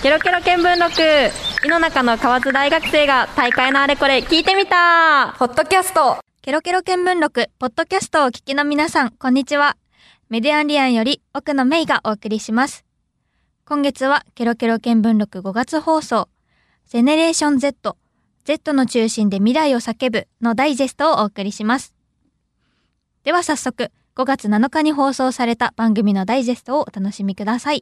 ケロケロ見聞録。井の中の河津大学生が大会のあれこれ聞いてみたポッドキャスト。 ケロケロ見聞録ポッドキャストをお聞きの皆さん、こんにちは。メディアンリアンより奥野芽衣がお送りします。今月はケロケロ見聞録5月放送、ジェネレーション Z、Z の中心で未来を叫ぶのダイジェストをお送りします。では早速、5月7日に放送された番組のダイジェストをお楽しみください。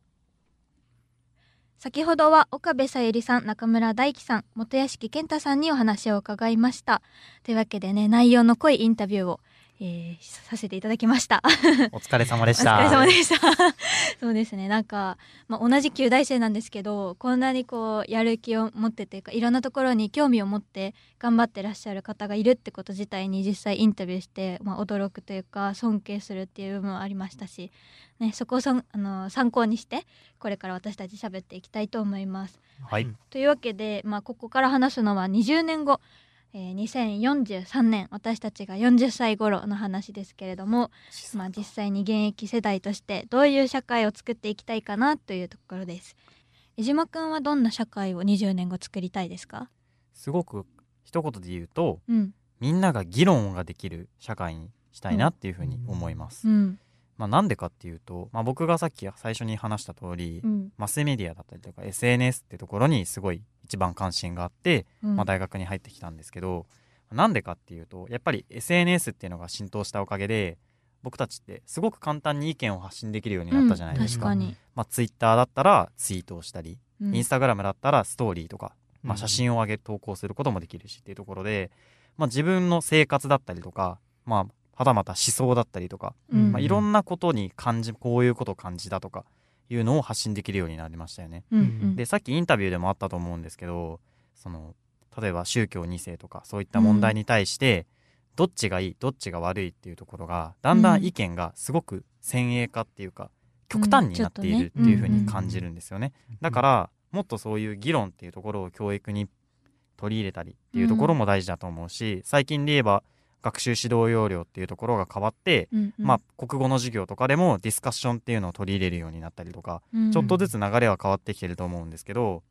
先ほどは岡部さゆりさん、中村大樹さん、本屋敷健太さんにお話を伺いました。というわけでね、内容の濃いインタビューを、させていただきました。 お疲れ様でした。 お疲れ様でした。そうですね、なんか、同じ旧大生なんですけど、こんなにこうやる気を持ってというか、いろんなところに興味を持って頑張ってらっしゃる方がいるってこと自体に実際インタビューして、驚くというか尊敬するっていう部分はありましたし、ね、そこを参考にしてこれから私たち喋っていきたいと思います。 はい。 というわけで、ここから話すのは20年後、2043年、私たちが40歳頃の話ですけれども、実際に現役世代としてどういう社会を作っていきたいかなというところです。江島くんはどんな社会を20年後作りたいですか？ すごく一言で言うと、 うんみんなが議論ができる社会にしたいなっていうふうに思います。 うんなんでかっていうと、僕がさっき最初に話した通り、 うんマスメディアだったりとか SNS ってところにすごい一番関心があって、大学に入ってきたんですけど、なんでかっていうとやっぱり SNS っていうのが浸透したおかげで、僕たちってすごく簡単に意見を発信できるようになったじゃないですか。 確かに、 Twitter だったらツイートをしたり、 うん Instagram だったらストーリーとか、写真を上げ投稿することもできるしっていうところで、自分の生活だったりとか、はたまた思想だったりとか、いろんなことにこういうことを感じたとかいうのを発信できるようになりましたよね。で、さっきインタビューでもあったと思うんですけど、例えば宗教2世とかそういった問題に対して、どっちがいいどっちが悪いっていうところがだんだん意見がすごく先鋭化っていうか、極端になっているっていう風に感じるんですよね。だからもっとそういう議論っていうところを教育に取り入れたりっていうところも大事だと思うし、最近で言えば学習指導要領っていうところが変わって、国語の授業とかでもディスカッションっていうのを取り入れるようになったりとか、ちょっとずつ流れは変わってきてると思うんですけど、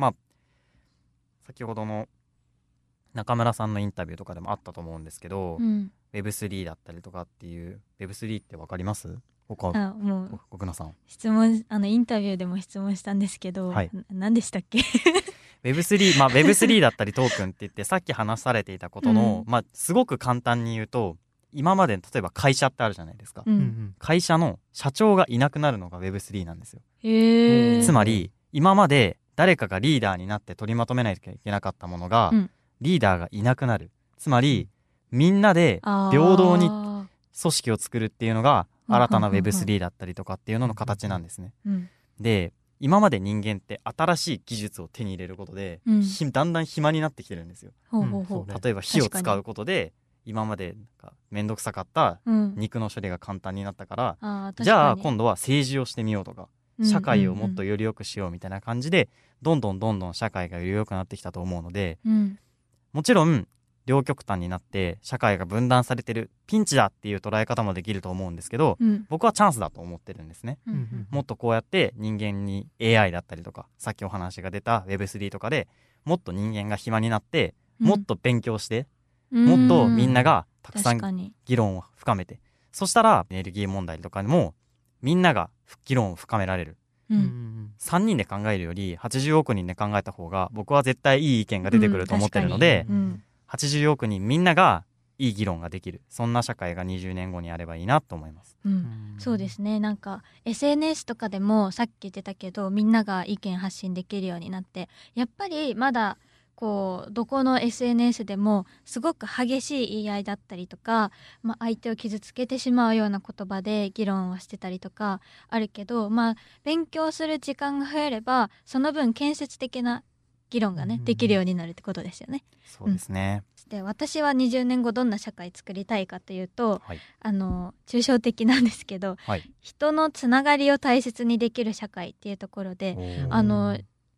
先ほどの中村さんのインタビューとかでもあったと思うんですけど、Web3 だったりとかっていう Web3 って分かります？ もう奥野さん質問インタビューでも質問したんですけど、何でしたっけ Web3 だったりトークンって言って、さっき話されていたことの、すごく簡単に言うと、今まで例えば会社ってあるじゃないですか、会社の社長がいなくなるのが Web3 なんですよ。つまり今まで誰かがリーダーになって取りまとめないといけなかったものが、リーダーがいなくなる。つまりみんなで平等に組織を作るっていうのが新たな Web3 だったりとかっていうのの形なんですね。で、今まで人間って新しい技術を手に入れることで、だんだん暇になってきてるんですよ。例えば火を使うことで今までめんどくさかった肉の処理が簡単になったから、じゃあ今度は政治をしてみようとか、社会をもっとより良くしようみたいな感じで、どんどん社会がより良くなってきたと思うので、もちろん両極端になって社会が分断されてる、ピンチだっていう捉え方もできると思うんですけど、僕はチャンスだと思ってるんですね。もっとこうやって人間に AI だったりとか、さっきお話が出た Web3 とかでもっと人間が暇になって、もっと勉強して、もっとみんながたくさん議論を深めて、そしたらエネルギー問題とかでもみんなが議論を深められる。3人で考えるより80億人で考えた方が僕は絶対いい意見が出てくると思ってるので、80億人みんながいい議論ができる、そんな社会が20年後にあればいいなと思います。 そうですね。なんか SNS とかでもさっき言ってたけど、みんなが意見発信できるようになって、やっぱりまだこうどこの SNS でもすごく激しい言い合いだったりとか、相手を傷つけてしまうような言葉で議論をしてたりとかあるけど、勉強する時間が増えればその分建設的な議論がね、できるようになるってことですよね。 そうですね。 で、私は20年後どんな社会作りたいかというと、抽象的なんですけど、人のつながりを大切にできる社会っていうところで、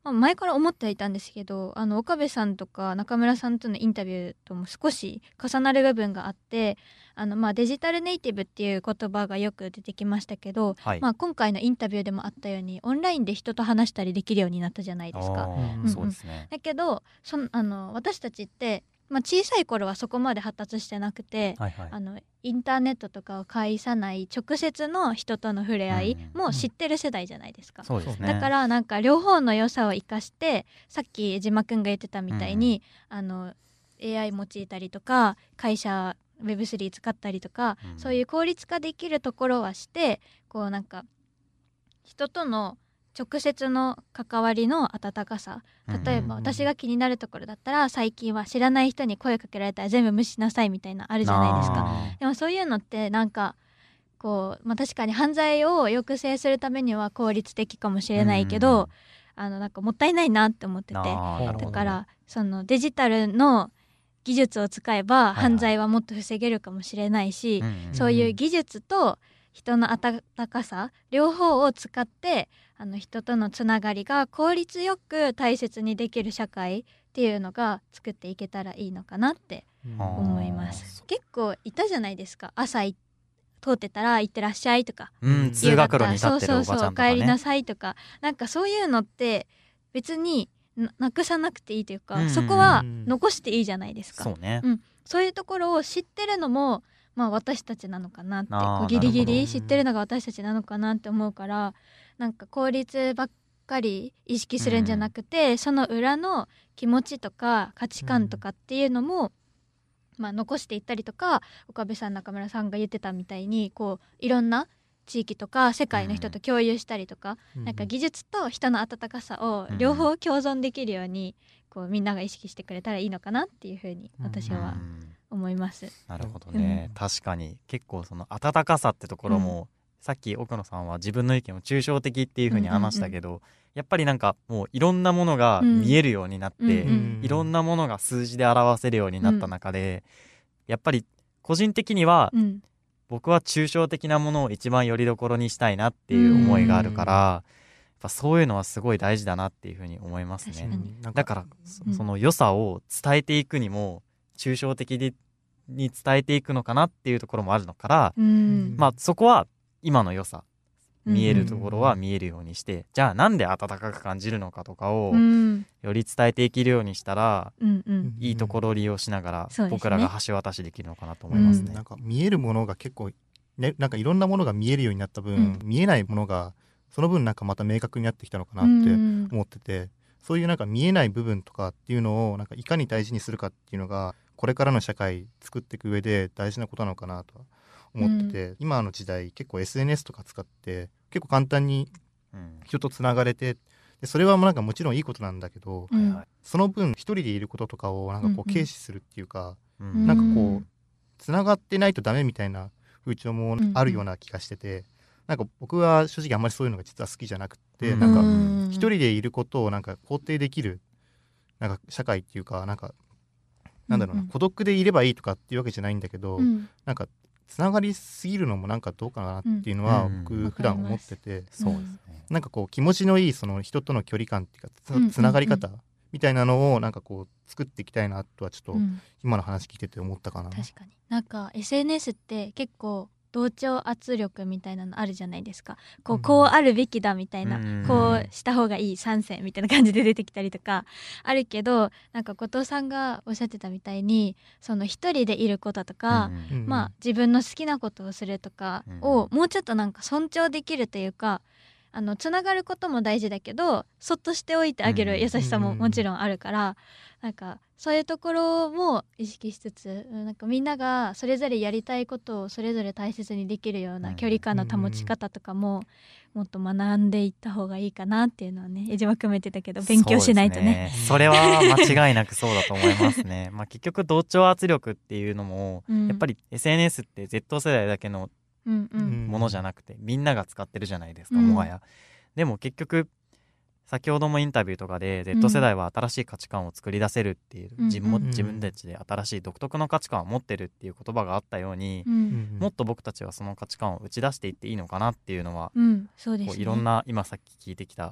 前から思ってはいたんですけど、岡部さんとか中村さんとのインタビューとも少し重なる部分があって、デジタルネイティブっていう言葉がよく出てきましたけど、 はい、 今回のインタビューでもあったようにオンラインで人と話したりできるようになったじゃないですか。 そうですね。 だけど私たちって、小さい頃はそこまで発達してなくて、 はいはい、 インターネットとかを介さない直接の人との触れ合いも知ってる世代じゃないですか。 そうですね。 だからなんか両方の良さを生かして、さっき江島くんが言ってたみたいに、AI 用いたりとか会社 Web3 使ったりとか、そういう効率化できるところはして、こうなんか人との直接の関わりの温かさ、例えば私が気になるところだったら、最近は知らない人に声かけられたら全部無視しなさいみたいなあるじゃないですか。でもそういうのってなんかこう、確かに犯罪を抑制するためには効率的かもしれないけど、なんかもったいないなって思ってて、だからそのデジタルの技術を使えば犯罪はもっと防げるかもしれないし、そういう技術と人の温かさ両方を使って人とのつながりが効率よく大切にできる社会っていうのが作っていけたらいいのかなって思います。結構いたじゃないですか、朝通ってたら行ってらっしゃいとか、 通学路に立ってるおばちゃんとかね、 そう帰りなさいとか、なんかそういうのって別になくさなくていいというか、そこは残していいじゃないですか。 そうね、 そういうところを知ってるのも私たちなのかなって、ギリギリ知ってるのが私たちなのかなって思うから、なんか効率ばっかり意識するんじゃなくて、その裏の気持ちとか価値観とかっていうのも、残していったりとか、岡部さん中村さんが言ってたみたいにこういろんな地域とか世界の人と共有したりとか、なんか技術と人の温かさを両方共存できるように、こうみんなが意識してくれたらいいのかなっていうふうに私は思います。 なるほどね、確かに結構その温かさってところも、さっき奥野さんは自分の意見を抽象的っていう風に話したけど、やっぱりなんかもういろんなものが見えるようになって、いろんなものが数字で表せるようになった中で、やっぱり個人的には、僕は抽象的なものを一番よりどころにしたいなっていう思いがあるから、やっぱそういうのはすごい大事だなっていう風に思いますね。だからその良さを伝えていくにも抽象的に伝えていくのかなっていうところもあるのから、そこは今の良さ、見えるところは見えるようにして、じゃあなんで温かく感じるのかとかをより伝えていけるようにしたら、いいところを利用しながら僕らが橋渡しできるのかなと思いますね。 なんか見えるものが結構、ね、なんかいろんなものが見えるようになった分、見えないものがその分なんかまた明確になってきたのかなって思ってて、そういうなんか見えない部分とかっていうのをなんかいかに大事にするかっていうのがこれからの社会作っていく上で大事なことなのかなと思ってて、今の時代結構 SNS とか使って結構簡単に人とつながれて、でそれはなんかもちろんいいことなんだけど、その分一人でいることとかをなんかこう軽視するっていうか、なんかこうつながってないとダメみたいな風潮もあるような気がしてて、なんか僕は正直あんまりそういうのが実は好きじゃなくて、なんか一人でいることをなんか肯定できるなんか社会っていうか、なんかなんだろうな、孤独でいればいいとかっていうわけじゃないんだけど、なんかつながりすぎるのもなんかどうかなっていうのは僕普段思ってて、なんかこう気持ちのいいその人との距離感っていうかつながり方みたいなのをなんかこう作っていきたいなとはちょっと今の話聞いてて思ったかな。 確かになんか SNS って結構同調圧力みたいなのあるじゃないですか。こうあるべきだみたいな、こうした方がいい賛成みたいな感じで出てきたりとかあるけど、なんか後藤さんがおっしゃってたみたいに、その一人でいることとか、自分の好きなことをするとかをもうちょっとなんか尊重できるというか、つながることも大事だけどそっとしておいてあげる優しさももちろんあるから、なんかそういうところも意識しつつ、なんかみんながそれぞれやりたいことをそれぞれ大切にできるような距離感の保ち方とかももっと学んでいった方がいいかなっていうのはね、江島くんも言ってたけど勉強しないとね。 それは間違いなくそうだと思いますね。結局同調圧力っていうのも、やっぱり SNS って Z 世代だけのものじゃなくてみんなが使ってるじゃないですか、もはや。でも結局先ほどもインタビューとかで Z 世代は新しい価値観を作り出せるっていう、自分たちで新しい独特の価値観を持ってるっていう言葉があったように、もっと僕たちはその価値観を打ち出していっていいのかなっていうのは、そうですね、こういろんな今さっき聞いてきた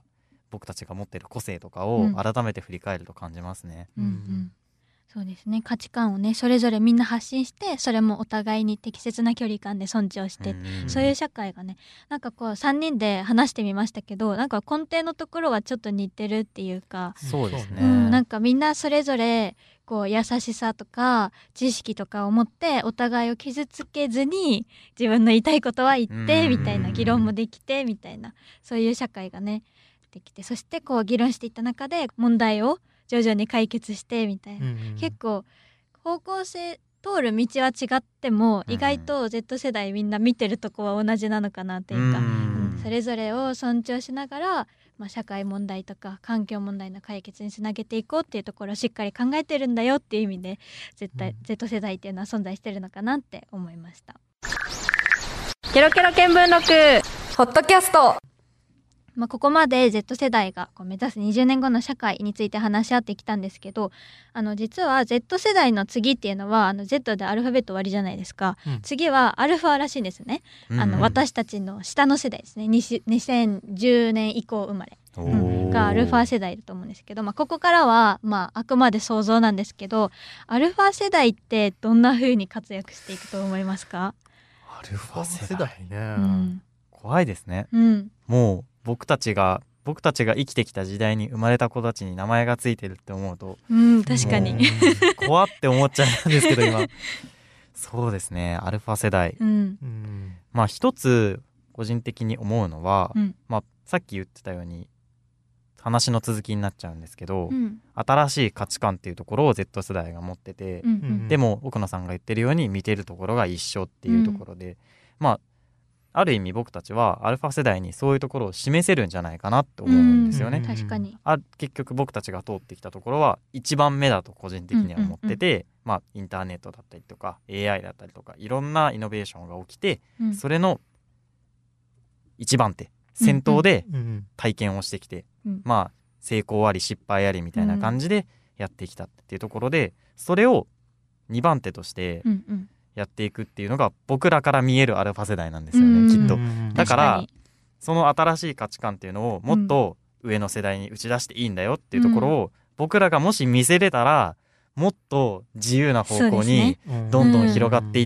僕たちが持っている個性とかを改めて振り返ると感じますね。 そうですね、価値観をねそれぞれみんな発信して、それもお互いに適切な距離感で尊重して、そういう社会がね、なんかこう3人で話してみましたけど、なんか根底のところはちょっと似てるっていうか、 そうですね、 なんかみんなそれぞれこう優しさとか知識とかを持ってお互いを傷つけずに自分の言いたいことは言ってみたいな、議論もできてみたいな、そういう社会がねできて、そしてこう議論していった中で問題を徐々に解決してみたいな、結構方向性通る道は違っても、意外と Z 世代みんな見てるとこは同じなのかなというか、それぞれを尊重しながら、社会問題とか環境問題の解決につなげていこうっていうところをしっかり考えてるんだよっていう意味で、絶対 Z 世代っていうのは存在してるのかなって思いました。 ケロケロ見聞録ポッドキャスト。 ここまで Z 世代がこう目指す20年後の社会について話し合ってきたんですけど、実は Z 世代の次っていうのはZ でアルファベット終わりじゃないですか、次はアルファらしいんですね、私たちの下の世代ですね、2010年以降生まれ、がアルファ世代だと思うんですけど、ここからはあくまで想像なんですけど、アルファ世代ってどんな風に活躍していくと思いますか？ アルファ世代ね、 怖いですね、もう僕たちが生きてきた時代に生まれた子たちに名前がついてるって思うと、 確かに怖って思っちゃうんですけど今そうですね、アルファ世代、一つ個人的に思うのは、さっき言ってたように話の続きになっちゃうんですけど、新しい価値観っていうところを Z 世代が持ってて、でも奥野さんが言ってるように見てるところが一緒っていうところで、ある意味僕たちはアルファ世代にそういうところを示せるんじゃないかなと思うんですよね。 確かに結局僕たちが通ってきたところは一番目だと個人的には思ってて、インターネットだったりとか AI だったりとかいろんなイノベーションが起きて、それの一番手先頭で体験をしてきて、成功あり失敗ありみたいな感じでやってきたっていうところで、それを2番手としてやっていくっていうのが僕らから見えるアルファ世代なんですよね、きっと。だからその新しい価値観っていうのをもっと上の世代に打ち出していいんだよっていうところを僕らがもし見せれたら、もっと自由な方向にどんどん広がっていって、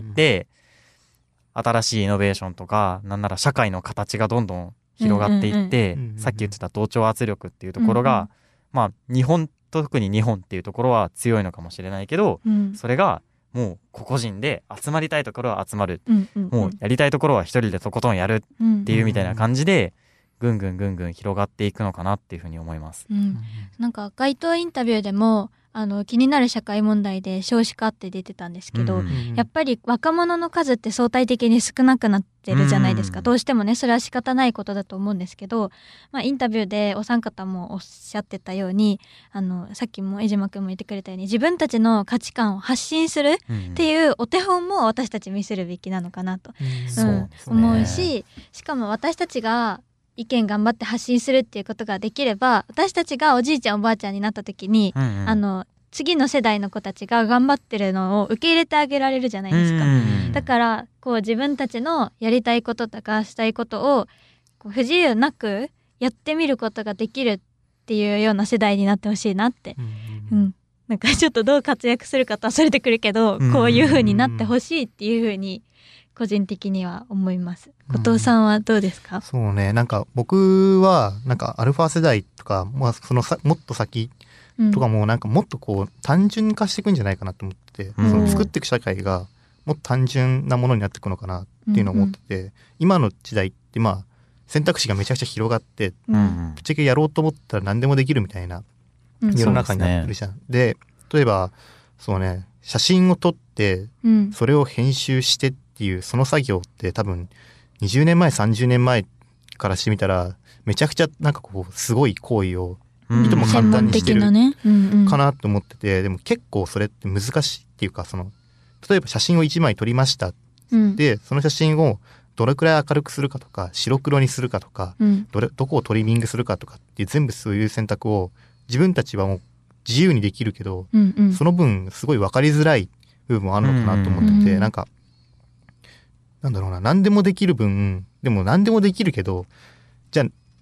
新しいイノベーションとかなんなら社会の形がどんどん広がっていって、さっき言ってた同調圧力っていうところが、日本、特に日本っていうところは強いのかもしれないけど、それがもう個々人で集まりたいところは集まる、もうやりたいところは一人でとことんやるっていうみたいな感じで、ぐんぐん広がっていくのかなっていうふうに思います。 なんか街頭インタビューでも気になる社会問題で少子化って出てたんですけど、やっぱり若者の数って相対的に少なくなってるじゃないですか、どうしてもね、それは仕方ないことだと思うんですけど、インタビューでお三方もおっしゃってたように、さっきも江島くんも言ってくれたように、自分たちの価値観を発信するっていうお手本も私たち見せるべきなのかなと、思うし、しかも私たちが意見頑張って発信するっていうことができれば、私たちがおじいちゃんおばあちゃんになった時に、次の世代の子たちが頑張ってるのを受け入れてあげられるじゃないですか。だからこう自分たちのやりたいこととかしたいことをこう不自由なくやってみることができるっていうような世代になってほしいなって、なんかちょっとどう活躍するかとはそれてくるけど、こういう風になってほしいっていう風に個人的には思います。後藤さんはどうですか？ そうね、なんか僕はなんかアルファ世代とか、もっと先とかもなんかもっとこう単純化していくんじゃないかなと思ってて、その作っていく社会がもっと単純なものになっていくのかなっていうのを思ってて、今の時代って選択肢がめちゃくちゃ広がって、ぶっちゃけやろうと思ったら何でもできるみたいな世の中になってるじゃん。で、例えばそうね、写真を撮ってそれを編集してっていうその作業って多分20年前30年前からしてみたらめちゃくちゃなんかこうすごい行為をいとも簡単にしてるかなと思ってて、でも結構それって難しいっていうか、その例えば写真を1枚撮りました、でその写真をどれくらい明るくするかとか白黒にするかとか、どこをトリミングするかとかっていう全部そういう選択を自分たちはもう自由にできるけど、その分すごい分かりづらい部分もあるのかなと思ってて、なんかなんだろうな、何でもできる分、でも何でもできるけど、じゃあ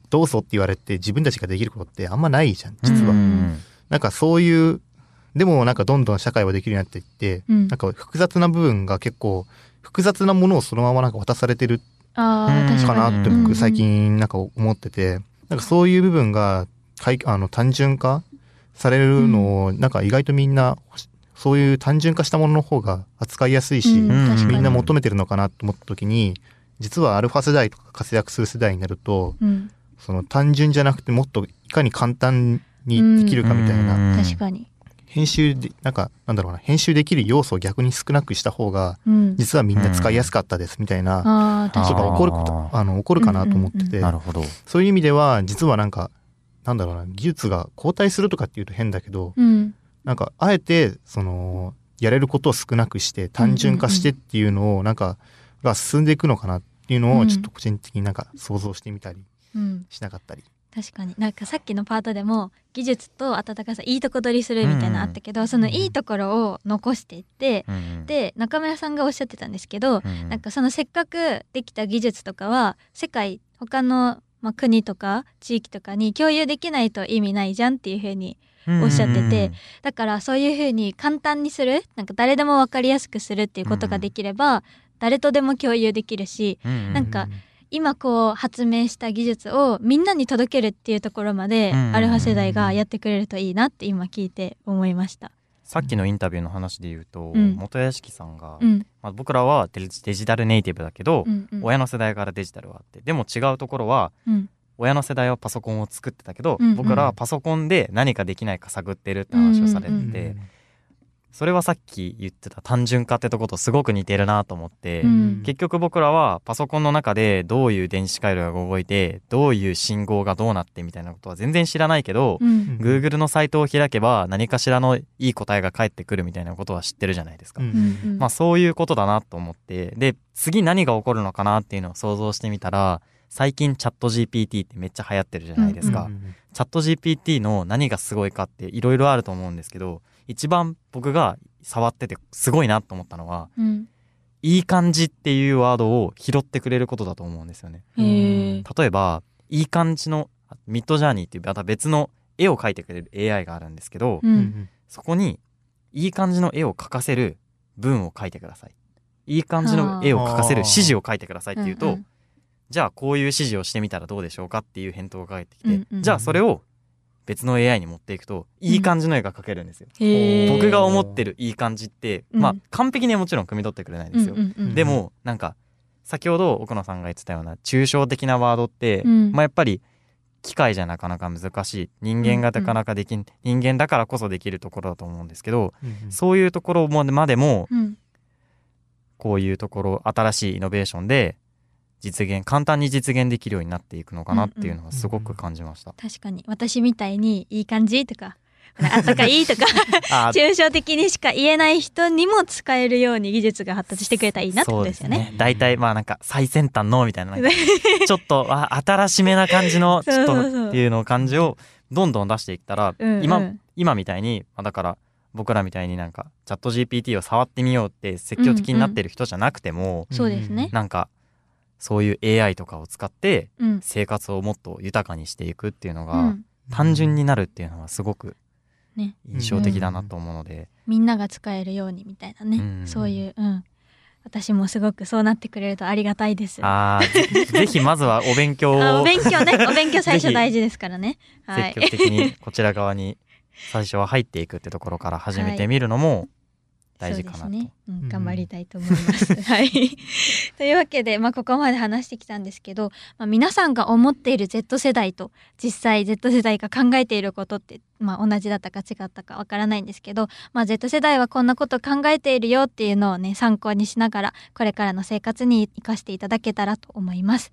どうぞって言われて自分たちができることってあんまないじゃん実は。なんかそういうでもなんかどんどん社会はできるようになっていって、なんか複雑な部分が結構複雑なものをそのままなんか渡されてるかなって僕最近なんか思ってて、なんかそういう部分が単純化されるのをなんか意外とみんなそういう単純化したものの方が扱いやすいし、みんな求めてるのかなと思った時に、実はアルファ世代とか活躍する世代になると、その単純じゃなくてもっといかに簡単にできるかみたいな、 確かに編集で編集できる要素を逆に少なくした方が、実はみんな使いやすかったですみたいなことが起こるかなと思ってて、 なるほど。 そういう意味では実はなんか技術が後退するとかっていうと変だけど、なんかあえてそのやれることを少なくして単純化してっていうのをなんかが進んでいくのかなっていうのをちょっと個人的になんか想像してみたりしなかったり。 確かになんかさっきのパートでも技術と温かさいいとこ取りするみたいなのあったけど、そのいいところを残していって、で中村さんがおっしゃってたんですけど、なんかそのせっかくできた技術とかは世界他の、国とか地域とかに共有できないと意味ないじゃんっていう風におっしゃってて、だからそういう風に簡単にする、なんか誰でも分かりやすくするっていうことができれば、誰とでも共有できるし、なんか今こう発明した技術をみんなに届けるっていうところまでアルファ世代がやってくれるといいなって今聞いて思いました。 さっきのインタビューの話で言うと、元屋敷さんが、僕らはデジタルネイティブだけど、親の世代からデジタルはあって、でも違うところは、親の世代はパソコンを作ってたけど、僕らはパソコンで何かできないか探ってるって話をされてて、それはさっき言ってた単純化ってとことすごく似てるなと思って、結局僕らはパソコンの中でどういう電子回路が動いてどういう信号がどうなってみたいなことは全然知らないけど、Google のサイトを開けば何かしらのいい答えが返ってくるみたいなことは知ってるじゃないですか。そういうことだなと思って、で次何が起こるのかなっていうのを想像してみたら、最近チャット GPT ってめっちゃ流行ってるじゃないですか。チャット GPT の何がすごいかっていろいろあると思うんですけど、一番僕が触っててすごいなと思ったのは、いい感じっていうワードを拾ってくれることだと思うんですよね。例えばいい感じのミッドジャーニーっていうまた別の絵を描いてくれる AI があるんですけど、そこにいい感じの絵を描かせる文を書いてください、いい感じの絵を描かせる指示を書いてくださいって言うと、じゃあこういう指示をしてみたらどうでしょうかっていう返答が返ってきて、じゃあそれを別の AI に持っていくといい感じの絵が描けるんですよ。僕が思ってるいい感じって、完璧にはもちろん汲み取ってくれないんですよ。でもなんか先ほど奥野さんが言ってたような抽象的なワードって、やっぱり機械じゃなかなか難しい、人間がなかなかできん、人間だからこそできるところだと思うんですけど、そういうところまでも、こういうところ新しいイノベーションで簡単に実現できるようになっていくのかなっていうのはすごく感じました。 確かに私みたいにいい感じとかあったかいいとか抽象的にしか言えない人にも使えるように技術が発達してくれたらいいなってことですよね。 大体なんか最先端のみたいな、ちょっと新しめな感じのちょっとっていうの感じをどんどん出していったら、今みたいにだから僕らみたいになんかチャット GPT を触ってみようって積極的になってる人じゃなくても、 そうですね、 なんかそういう AI とかを使って生活をもっと豊かにしていくっていうのが単純になるっていうのはすごく印象的だなと思うので、 みんなが使えるようにみたいなね、そういう、私もすごくそうなってくれるとありがたいです。 ぜひまずはお勉強をお勉強最初大事ですからね。 積極的にこちら側に最初は入っていくってところから始めてみるのも大事かなと、 頑張りたいと思います。というわけで、ここまで話してきたんですけど、皆さんが思っている Z 世代と実際 Z 世代が考えていることって、同じだったか違ったかわからないんですけど、Z 世代はこんなこと考えているよっていうのをね、参考にしながらこれからの生活に生かしていただけたらと思います。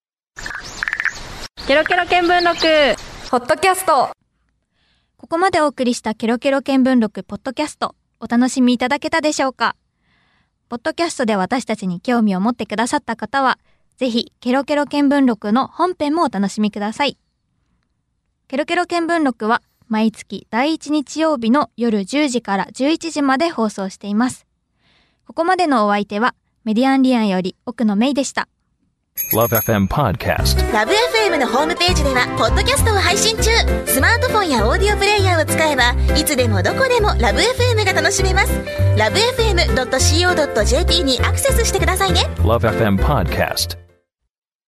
ケロケロ見聞録ポッドキャスト。 ここまでお送りしたケロケロ見聞録ポッドキャスト、お楽しみいただけたでしょうか。ポッドキャストで私たちに興味を持ってくださった方は、ぜひケロケロ見聞録の本編もお楽しみください。ケロケロ見聞録は毎月第1日曜日の夜10時から11時まで放送しています。ここまでのお相手はメディアンリアンより奥野芽衣でした。 LoveFM Podcast。 ラブ f m のホームページではポッドキャストを配信中。スマートフォンやオーディオプレイヤーを使えばいつでもどこでもラブ FM が楽しめます。ラブ FM.co.jp にアクセスしてくださいね。 LoveFM Podcast。